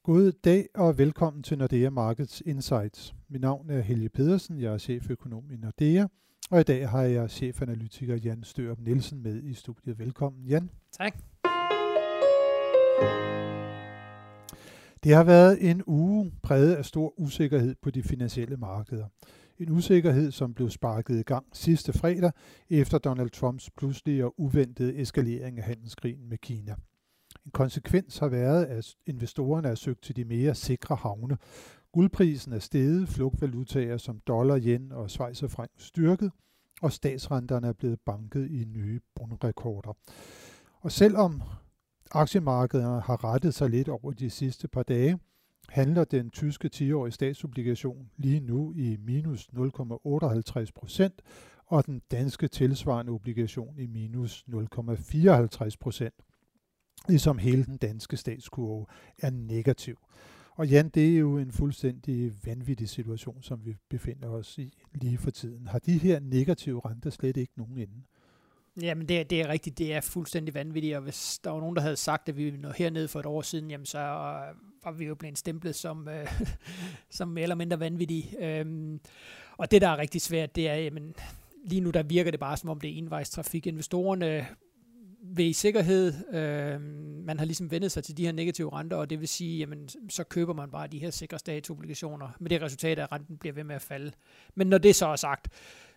God dag og velkommen til Nordea Markets Insights. Mit navn er Helge Pedersen, jeg er cheføkonom i Nordea, og i dag har jeg chefanalytiker Jan Størup Nielsen med i studiet. Velkommen, Jan. Tak. Det har været en uge præget af stor usikkerhed på de finansielle markeder. En usikkerhed, som blev sparket i gang sidste fredag efter Donald Trumps pludselige og uventede eskalering af handelskrigen med Kina. En konsekvens har været, at investorerne er søgt til de mere sikre havne. Guldprisen er steget, flugtvalutaer som dollar, yen og schweizerfranc styrket, og statsrenterne er blevet banket i nye bundrekorder. Og selvom aktiemarkederne har rettet sig lidt over de sidste par dage, handler den tyske 10-årige statsobligation lige nu i minus 0,58%, og den danske tilsvarende obligation i minus 0,54%. Ligesom hele den danske statskurve er negativ. Og Jan, det er jo en fuldstændig vanvittig situation, som vi befinder os i lige for tiden. Har de her negative renter slet ikke nogen ende? Jamen det er rigtigt, det er fuldstændig vanvittigt, og hvis der var nogen, der havde sagt, at vi nåede hernede for et år siden, jamen så var vi jo blevet stemplet som mere eller mindre vanvittige. Og det, der er rigtig svært, det er, jamen lige nu der virker det bare, som om det er envejstrafik. Investorerne ved i sikkerhed, man har ligesom vendt sig til de her negative renter, og det vil sige, jamen så køber man bare de her sikre statsobligationer, med det resultat, at renten bliver ved med at falde. Men når det så er sagt,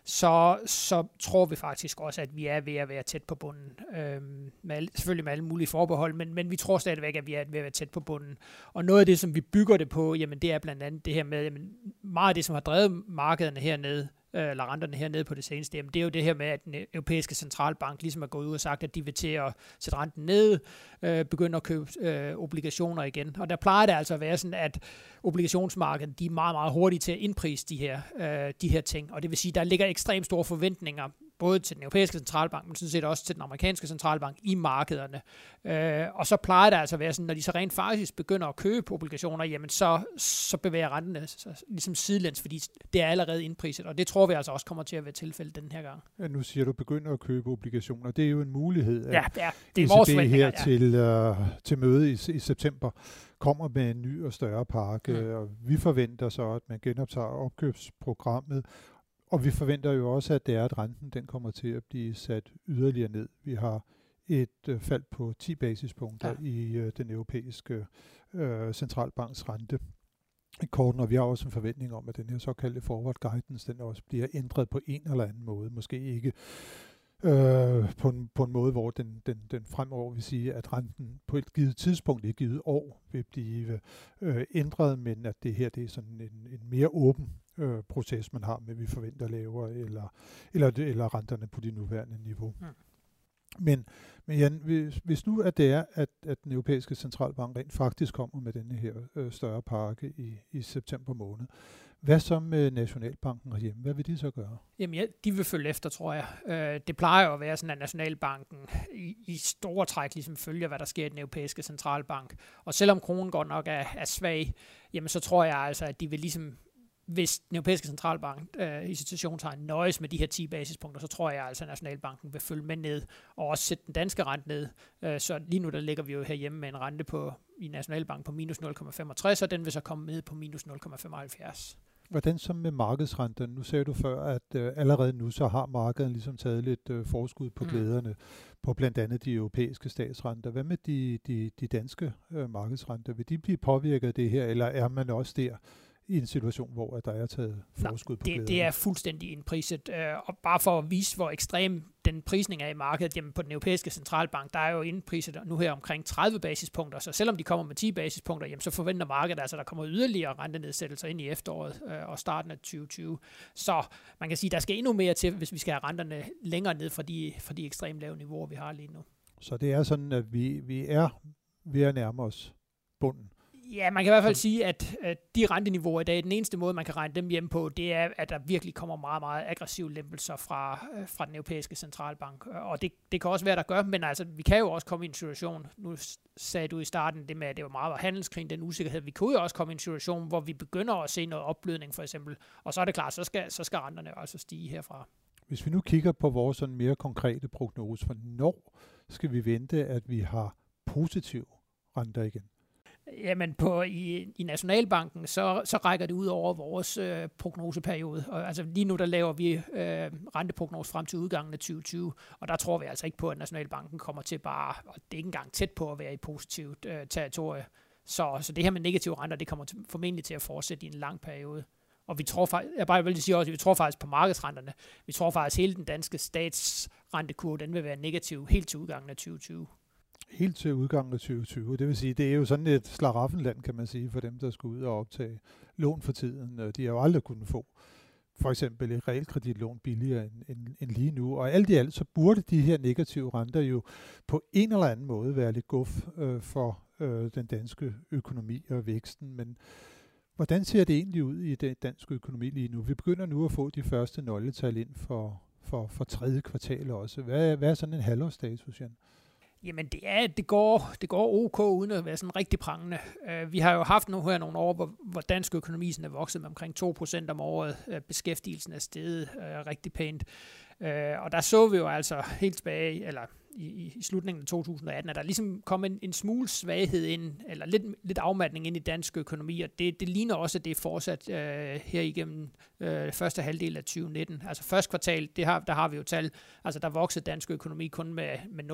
så tror vi faktisk også, at vi er ved at være tæt på bunden. Selvfølgelig med alle mulige forbehold, men vi tror stadigvæk, at vi er ved at være tæt på bunden. Og noget af det, som vi bygger det på, jamen det er blandt andet det her med, jamen meget af det, som har drevet markederne hernede, eller renterne hernede på det seneste, jamen det er jo det her med, at den europæiske centralbank ligesom er gået ud og sagt, at de vil til at sætte renten ned, begynde at købe obligationer igen. Og der plejer det altså at være sådan, at obligationsmarkedet, de er meget, meget hurtige til at indprise de her ting. Og det vil sige, at der ligger ekstremt store forventninger, både til den europæiske centralbank, men sådan set også til den amerikanske centralbank i markederne. Og så plejer det altså at være sådan, når de så rent faktisk begynder at købe obligationer, jamen så bevæger renterne ligesom sidelæns, fordi det er allerede indpriset, og det tror vi altså også kommer til at være tilfældet den her gang. Ja, nu siger du begynder at købe obligationer. Det er jo en mulighed, at det er vores her til møde i september kommer med en ny og større pakke, og vi forventer så, at man genoptager opkøbsprogrammet. Og vi forventer jo også, at renten den kommer til at blive sat yderligere ned. Vi har et fald på 10 basispunkter i den europæiske centralbanks rente. Korten, og vi har også en forventning om, at den her såkaldte forward guidance, den også bliver ændret på en eller anden måde. Måske ikke på en måde, hvor den fremover vil sige, at renten på et givet tidspunkt, et givet år, vil blive ændret, men at det her det er sådan en mere åben proces, man har med, vi forventer lavere, eller renterne på det nuværende niveau. Men Jan, hvis nu at det er, at den europæiske centralbank rent faktisk kommer med denne her større pakke i september måned, hvad så med Nationalbanken herhjemme? Hvad vil de så gøre? Jamen ja, de vil følge efter, tror jeg. Det plejer jo at være sådan, at Nationalbanken i store træk ligesom følger, hvad der sker i den europæiske centralbank. Og selvom kronen godt nok er svag, jamen så tror jeg altså, at de vil ligesom, hvis den europæiske centralbank i situationstegn nøjes med de her 10 basispunkter, så tror jeg altså, at Nationalbanken vil følge med ned og også sætte den danske rente ned. Så lige nu der ligger vi jo herhjemme med en rente i Nationalbanken på minus 0,65, og den vil så komme med på minus 0,75. Hvordan så med markedsrenten? Nu sagde du før, at allerede nu så har markedet ligesom taget lidt forskud på glæderne på blandt andet de europæiske statsrenter. Hvad med de danske markedsrenter? Vil de blive påvirket af det her, eller er man også der i en situation, hvor der er taget forskud på glæderne? Det er fuldstændig indpriset. Og bare for at vise, hvor ekstrem den prisning er i markedet, jamen på den europæiske centralbank, der er jo indpriset nu her omkring 30 basispunkter, så selvom de kommer med 10 basispunkter, jamen så forventer markedet altså, at der kommer yderligere rentenedsættelser ind i efteråret og starten af 2020. Så man kan sige, at der skal endnu mere til, hvis vi skal have renterne længere ned fra de ekstremt lave niveauer, vi har lige nu. Så det er sådan, at vi er ved at nærme os bunden. Ja, man kan i hvert fald sige, at de renteniveauer i dag, den eneste måde, man kan regne dem hjem på, det er, at der virkelig kommer meget, meget aggressive lempelser fra den europæiske centralbank. Og det kan også være, der gør, men altså, vi kan jo også komme i en situation, nu sagde du i starten det med, at det var meget handelskrigen, den usikkerhed. Vi kunne jo også komme i en situation, hvor vi begynder at se noget opblødning, for eksempel. Og så er det klart, så skal renterne altså stige herfra. Hvis vi nu kigger på vores sådan mere konkrete prognose, hvornår skal vi vente, at vi har positiv renter igen? Jamen i Nationalbanken, så rækker det ud over vores prognoseperiode. Og altså lige nu, der laver vi renteprognose frem til udgangen af 2020, og der tror vi altså ikke på, at Nationalbanken kommer til bare, og det er ikke engang tæt på at være i positivt territorie. Så det her med negative renter, det kommer formentlig til at fortsætte i en lang periode. Og vi tror faktisk, jeg bare vil sige også, at vi tror faktisk på markedsrenterne. Vi tror faktisk, at hele den danske statsrentekurve, den vil være negativ helt til udgangen af 2020. Helt til udgangen af 2020. Det vil sige, det er jo sådan et slaraffenland, kan man sige, for dem, der skal ud og optage lån for tiden. De har jo aldrig kunnet få for eksempel et realkreditlån billigere end lige nu. Og alt i alt, så burde de her negative renter jo på en eller anden måde være lidt guf for den danske økonomi og væksten. Men hvordan ser det egentlig ud i den danske økonomi lige nu? Vi begynder nu at få de første nøgletal ind for tredje kvartal også. Hvad er sådan en halvårsstatus, Jan? Jamen det går ok uden at være sådan rigtig prangende. Vi har jo haft nu her nogle år, hvor dansk økonomi er vokset med omkring 2% om året. Beskæftigelsen er steget rigtig pænt. Og der så vi jo altså helt tilbage, eller i slutningen af 2018, at der ligesom kom en smule svaghed ind, eller lidt afmatning ind i dansk økonomi, og det ligner også, at det er fortsat her igennem første halvdel af 2019. Altså første kvartal, der har vi jo tal, altså der voksede dansk økonomi kun med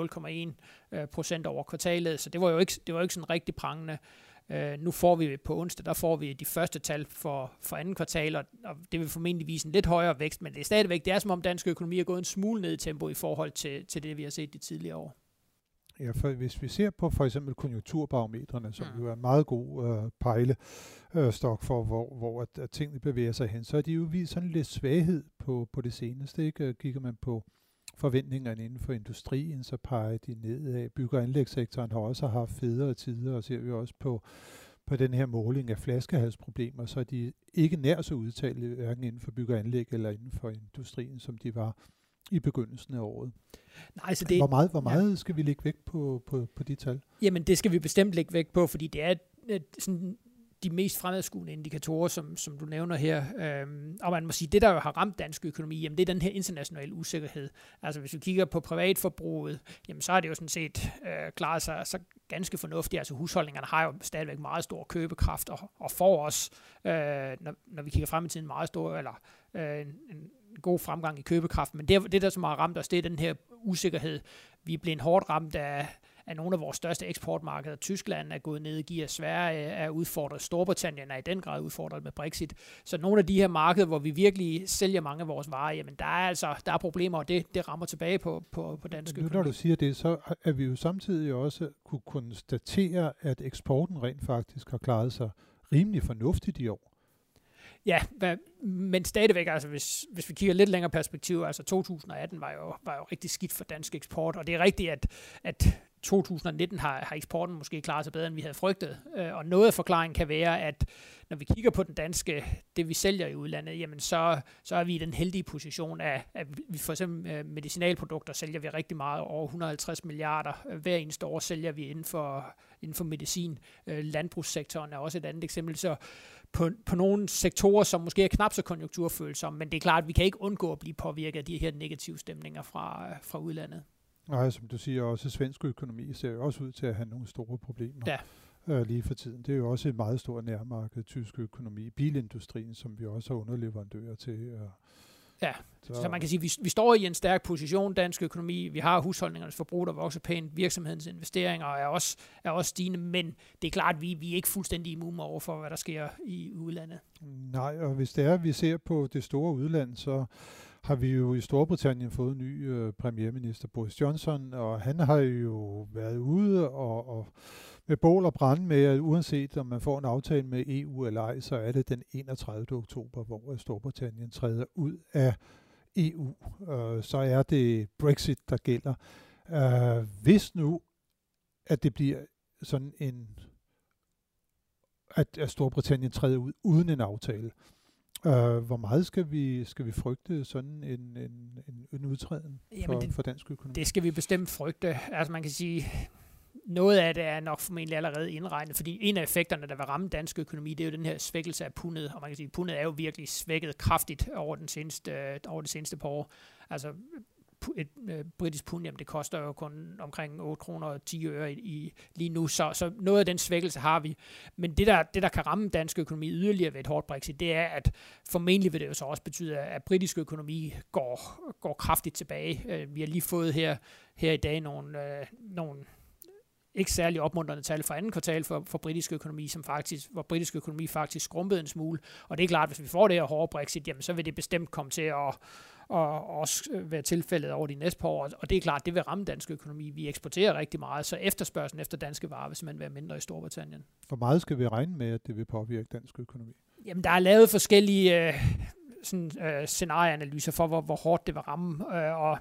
0,1% over kvartalet, så det var jo ikke sådan rigtig prangende. Nu får vi på onsdag, der får vi de første tal for anden kvartal, og det vil formentlig vise en lidt højere vækst, men det er stadigvæk, det er som om dansk økonomi er gået en smule ned i tempo i forhold til det, vi har set de tidligere år. Ja, for hvis vi ser på for eksempel konjunkturbarometrene, som jo er en meget god pejlestok for, hvor at tingene bevæger sig hen, så er de jo vist sådan lidt svaghed på det seneste. Ikke? Kigger man på forventningerne inden for industrien, så peger de nedad. Bygge- og anlægssektoren har også haft federe tider, og ser vi også på den her måling af flaskehalsproblemer, så er de ikke nær så udtalte, hverken inden for bygge- og anlæg eller inden for industrien, som de var i begyndelsen af året. Nej, så det, hvor meget skal vi lægge vægt på de tal? Jamen, det skal vi bestemt lægge vægt på, fordi det er sådan de mest fremadskuende indikatorer, som du nævner her. Og man må sige, det der jo har ramt dansk økonomi, jamen det er den her internationale usikkerhed. Altså hvis vi kigger på privatforbruget, jamen så er det jo sådan set klaret sig så ganske fornuftigt. Altså husholdningerne har jo stadigvæk meget stor købekraft, og får os, når vi kigger frem i tiden, meget stor, eller en god fremgang i købekraft. Men det der som har ramt os, det er den her usikkerhed. Vi er blevet hårdt ramt af nogle af vores største eksportmarkeder. Tyskland er gået ned i gear, Sverige er udfordret, Storbritannien er i den grad udfordret med Brexit. Så nogle af de her markeder, hvor vi virkelig sælger mange af vores varer, jamen der er problemer, og det rammer tilbage på dansk økonomi. Når du siger det, så er vi jo samtidig også kunne konstatere, at eksporten rent faktisk har klaret sig rimelig fornuftigt i år. Ja, men stadigvæk, altså hvis vi kigger lidt længere perspektiv, altså 2018 var jo rigtig skidt for dansk eksport, og det er rigtigt, at 2019 har eksporten måske klaret sig bedre, end vi havde frygtet. Og noget af forklaringen kan være, at når vi kigger på den danske, det vi sælger i udlandet, jamen så er vi i den heldige position, at vi for eksempel medicinalprodukter sælger vi rigtig meget, over 150 milliarder. Hver eneste år sælger vi inden for medicin. Landbrugssektoren er også et andet eksempel. Så på nogle sektorer, som måske er knap så konjunkturfølsomme, men det er klart, at vi kan ikke undgå at blive påvirket af de her negative stemninger fra udlandet. Nej, som du siger, også svensk økonomi ser jo også ud til at have nogle store problemer lige for tiden. Det er jo også et meget stort nærmarked, tysk økonomi, bilindustrien, som vi også har underleverandører til. Ja, så man kan sige, at vi står i en stærk position, dansk økonomi. Vi har husholdningernes forbrug, der vokser pænt. Virksomhedens investeringer er også stigende, men det er klart, at vi er ikke fuldstændig immune over for, hvad der sker i udlandet. Nej, og hvis det er, at vi ser på det store udland, så har vi jo i Storbritannien fået en ny premierminister, Boris Johnson, og han har jo været ude og med bål og brand med, at uanset om man får en aftale med EU eller ej, så er det den 31. oktober, hvor Storbritannien træder ud af EU. Så er det Brexit, der gælder. Hvis nu, at det bliver sådan at Storbritannien træder ud uden en aftale, hvor meget skal vi frygte sådan en udtræden for dansk økonomi? Det skal vi bestemt frygte. Altså man kan sige, noget af det er nok formentlig allerede indregnet, fordi en af effekterne, der vil ramme dansk økonomi, det er jo den her svækkelse af pundet, og man kan sige, at pundet er jo virkelig svækket kraftigt over det seneste par år. Altså et britisk pund, jamen det koster jo kun omkring 8 kroner og 10 øre lige nu, så noget af den svækkelse har vi. Men det der kan ramme dansk økonomi yderligere ved et hårdt Brexit, det er, at formentlig vil det jo så også betyde, at britisk økonomi går kraftigt tilbage. Vi har lige fået her i dag nogle ikke særlig opmuntrende tal fra anden kvartal for britisk økonomi, hvor britisk økonomi faktisk skrumpede en smule. Og det er klart, at hvis vi får det her hårde Brexit, jamen så vil det bestemt komme til at også være tilfældet over de næste par år. Og det er klart, det vil ramme dansk økonomi. Vi eksporterer rigtig meget, så efterspørgslen efter danske varer vil simpelthen være mindre i Storbritannien. Hvor meget skal vi regne med, at det vil påvirke dansk økonomi? Jamen, der er lavet forskellige scenarieanalyser for, hvor hårdt det vil ramme. Og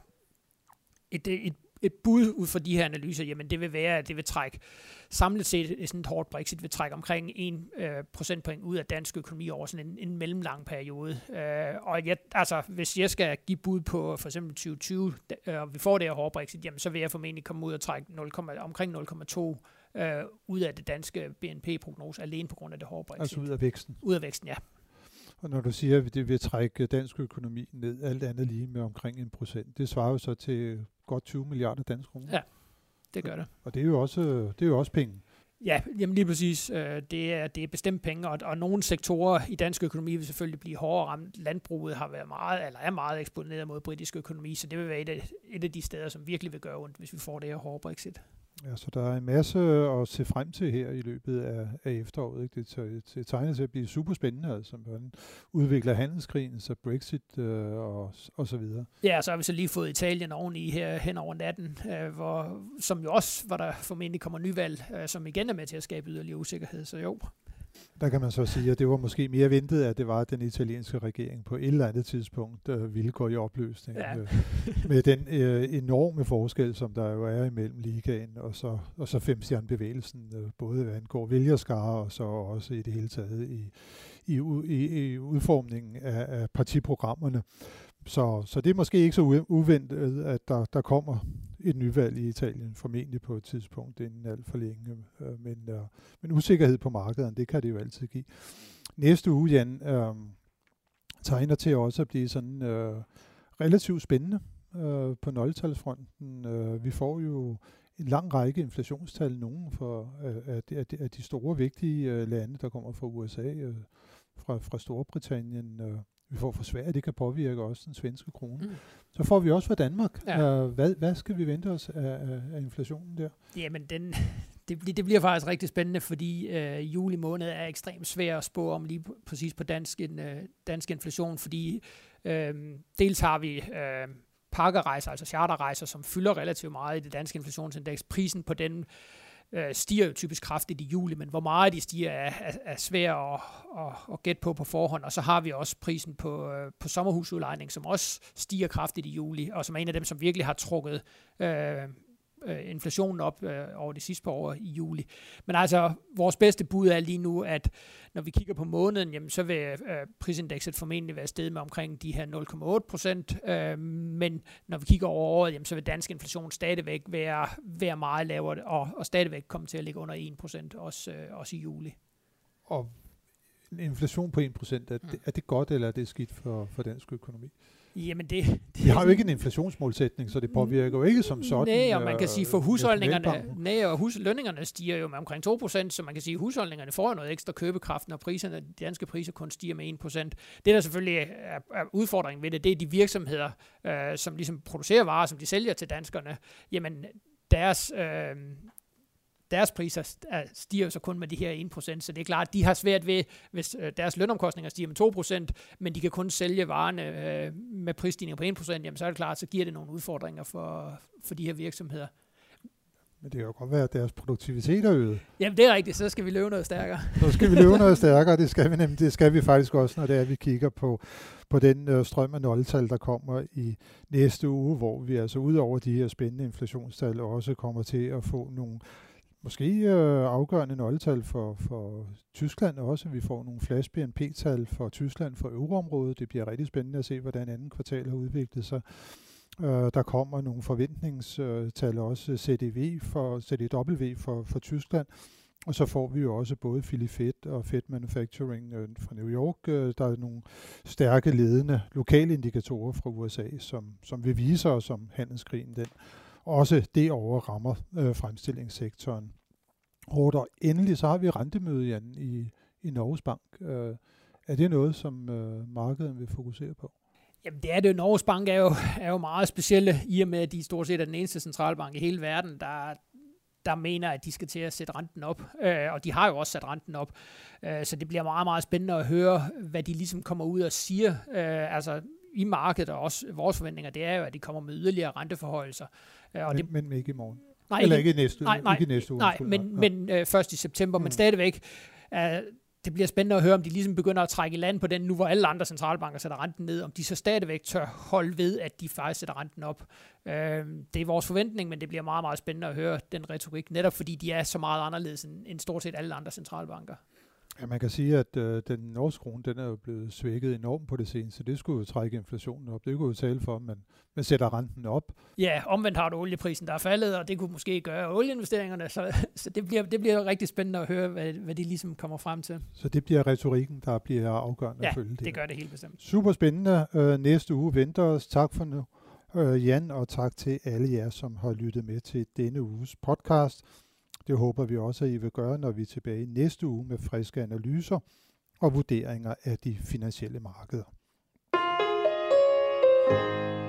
et bud ud fra de her analyser, jamen det vil være, at det vil trække samlet set sådan et hårdt Brexit vil trække omkring 1 procentpoint ud af dansk økonomi over sådan en mellemlang periode. Og hvis jeg skal give bud på for eksempel 2020, og vi får det her hårde Brexit, jamen så vil jeg formentlig komme ud og trække omkring 0,2 ud af det danske BNP-prognose alene på grund af det hårde Brexit. Altså ud af væksten? Ud af væksten, ja. Og når du siger, at det vil trække dansk økonomi ned, alt andet lige med omkring 1%, det svarer jo så til godt 20 milliarder danske kroner. Ja, det gør det. Og det er jo også penge. Ja, jamen lige præcis. Det er bestemt penge, og nogle sektorer i dansk økonomi vil selvfølgelig blive hårdere ramt. Landbruget er meget eksponeret mod britisk økonomi, så det vil være et af de steder, som virkelig vil gøre ondt, hvis vi får det her hårde Brexit. Ja, så der er en masse at se frem til her i løbet af efteråret. Ikke? Det tegner til at blive super spændende, altså hvordan udvikler handelskrigen, så Brexit og så videre. Ja, så har vi så lige fået Italien oveni her hen over natten, som jo også, hvor der formentlig kommer nyvalg, som igen er med til at skabe yderligere usikkerhed, så jo. Der kan man så sige, at det var måske mere ventet, at det var, at den italienske regering på et eller andet tidspunkt ville gå i opløsning. Ja. Med den enorme forskel, som der jo er imellem ligaen og så 5-stjernebevægelsen, både hvad angår vælgerskare og så også i det hele taget i udformningen af partiprogrammerne. Så det er måske ikke så uventet, at der kommer et nyvalg i Italien, formentlig på et tidspunkt inden alt for længe. Men usikkerhed på markederne, det kan det jo altid give. Næste uge, Jan, tegner til også at blive sådan relativt spændende på nøgletalsfronten. Vi får jo en lang række inflationstal, nogle af de store, vigtige lande, der kommer fra USA, fra Storbritannien. Vi får fra Sverige, det kan påvirke også den svenske krone. Så får vi også fra Danmark. Ja. Hvad skal vi vente os af inflationen der? Jamen, det bliver faktisk rigtig spændende, fordi juli måned er ekstremt svær at spå om lige præcis på dansk inflation, fordi dels har vi pakkerejser, altså charterrejser, som fylder relativt meget i det danske inflationsindeks. Prisen på den stiger jo typisk kraftigt i juli, men hvor meget de stiger er svært at gætte på forhånd. Og så har vi også prisen på sommerhusudlejning, som også stiger kraftigt i juli, og som er en af dem, som virkelig har trukket inflationen op over de sidste par år i juli. Men altså, vores bedste bud er lige nu, at når vi kigger på måneden, jamen, så vil prisindekset formentlig være steget med omkring de her 0,8%, men når vi kigger over året, jamen, så vil dansk inflation stadigvæk være meget lavere, og stadigvæk komme til at ligge under 1%, også i juli. Og en inflation på 1%, er det godt, eller er det skidt for dansk økonomi? Jamen vi har jo ikke en inflationsmålsætning, så det påvirker jo ikke som sådan. Nej, og man kan sige, for husholdningerne, lønningerne stiger jo med omkring 2%, så man kan sige, at husholdningerne får noget ekstra købekraft, når de danske priser kun stiger med 1%. Det, der selvfølgelig er udfordringen ved det er de virksomheder, som ligesom producerer varer, som de sælger til danskerne. Jamen, deres priser stiger så kun med de her 1%, så det er klart, at de har svært ved, hvis deres lønomkostninger stiger med 2%, men de kan kun sælge varerne med prisstigninger på 1%, jamen så er det klart, så giver det nogle udfordringer for de her virksomheder. Men det kan jo godt være, at deres produktivitet er øget. Jamen det er rigtigt, så skal vi løbe noget stærkere. Det skal vi faktisk også, når det er, vi kigger på den strøm af nøgletal, der kommer i næste uge, hvor vi altså ud over de her spændende inflationstal også kommer til at få nogle måske afgørende nøgletal for Tyskland også. Vi får nogle flash BNP-tal for Tyskland for euroområdet. Det bliver rigtig spændende at se, hvordan anden kvartal har udviklet sig. Der kommer nogle forventningstal også, CDW for Tyskland. Og så får vi jo også både Philly Fed og Fed Manufacturing fra New York. Der er nogle stærke ledende lokale indikatorer fra USA, som vil vise os, om handelskrigen den også det overrammer fremstillingssektoren. Og endelig så har vi rentemøde, Jan, i Norges Bank. Er det noget, som markedet vil fokusere på? Jamen det er det jo. Norges Bank er jo meget specielle, i og med at de stort set er den eneste centralbank i hele verden, der mener, at de skal til at sætte renten op. Og de har jo også sat renten op. Så det bliver meget, meget spændende at høre, hvad de ligesom kommer ud og siger. Altså i markedet, og også vores forventninger, det er jo, at de kommer med yderligere renteforhøjelser. Men ikke i morgen? Nej, eller ikke i næste uge? Nej, men først i september. Men stadigvæk, det bliver spændende at høre, om de ligesom begynder at trække i land på den, nu hvor alle andre centralbanker sætter renten ned, om de så stadigvæk tør holde ved, at de faktisk sætter renten op. Det er vores forventning, men det bliver meget, meget spændende at høre den retorik, netop fordi de er så meget anderledes end stort set alle andre centralbanker. Ja, man kan sige, at den norske krone, den er jo blevet svækket enormt på det seneste. Det skulle jo trække inflationen op. Det kunne jo tale for, at man sætter renten op. Ja, omvendt har du olieprisen, der er faldet, og det kunne måske gøre olieinvesteringerne. Så det bliver rigtig spændende at høre, hvad de ligesom kommer frem til. Så det bliver retorikken, der bliver afgørende at følge det. Ja, det gør det helt bestemt. Super spændende. Næste uge venter os. Tak for nu, Jan, og tak til alle jer, som har lyttet med til denne uges podcast. Det håber vi også, at I vil gøre, når vi er tilbage næste uge med friske analyser og vurderinger af de finansielle markeder.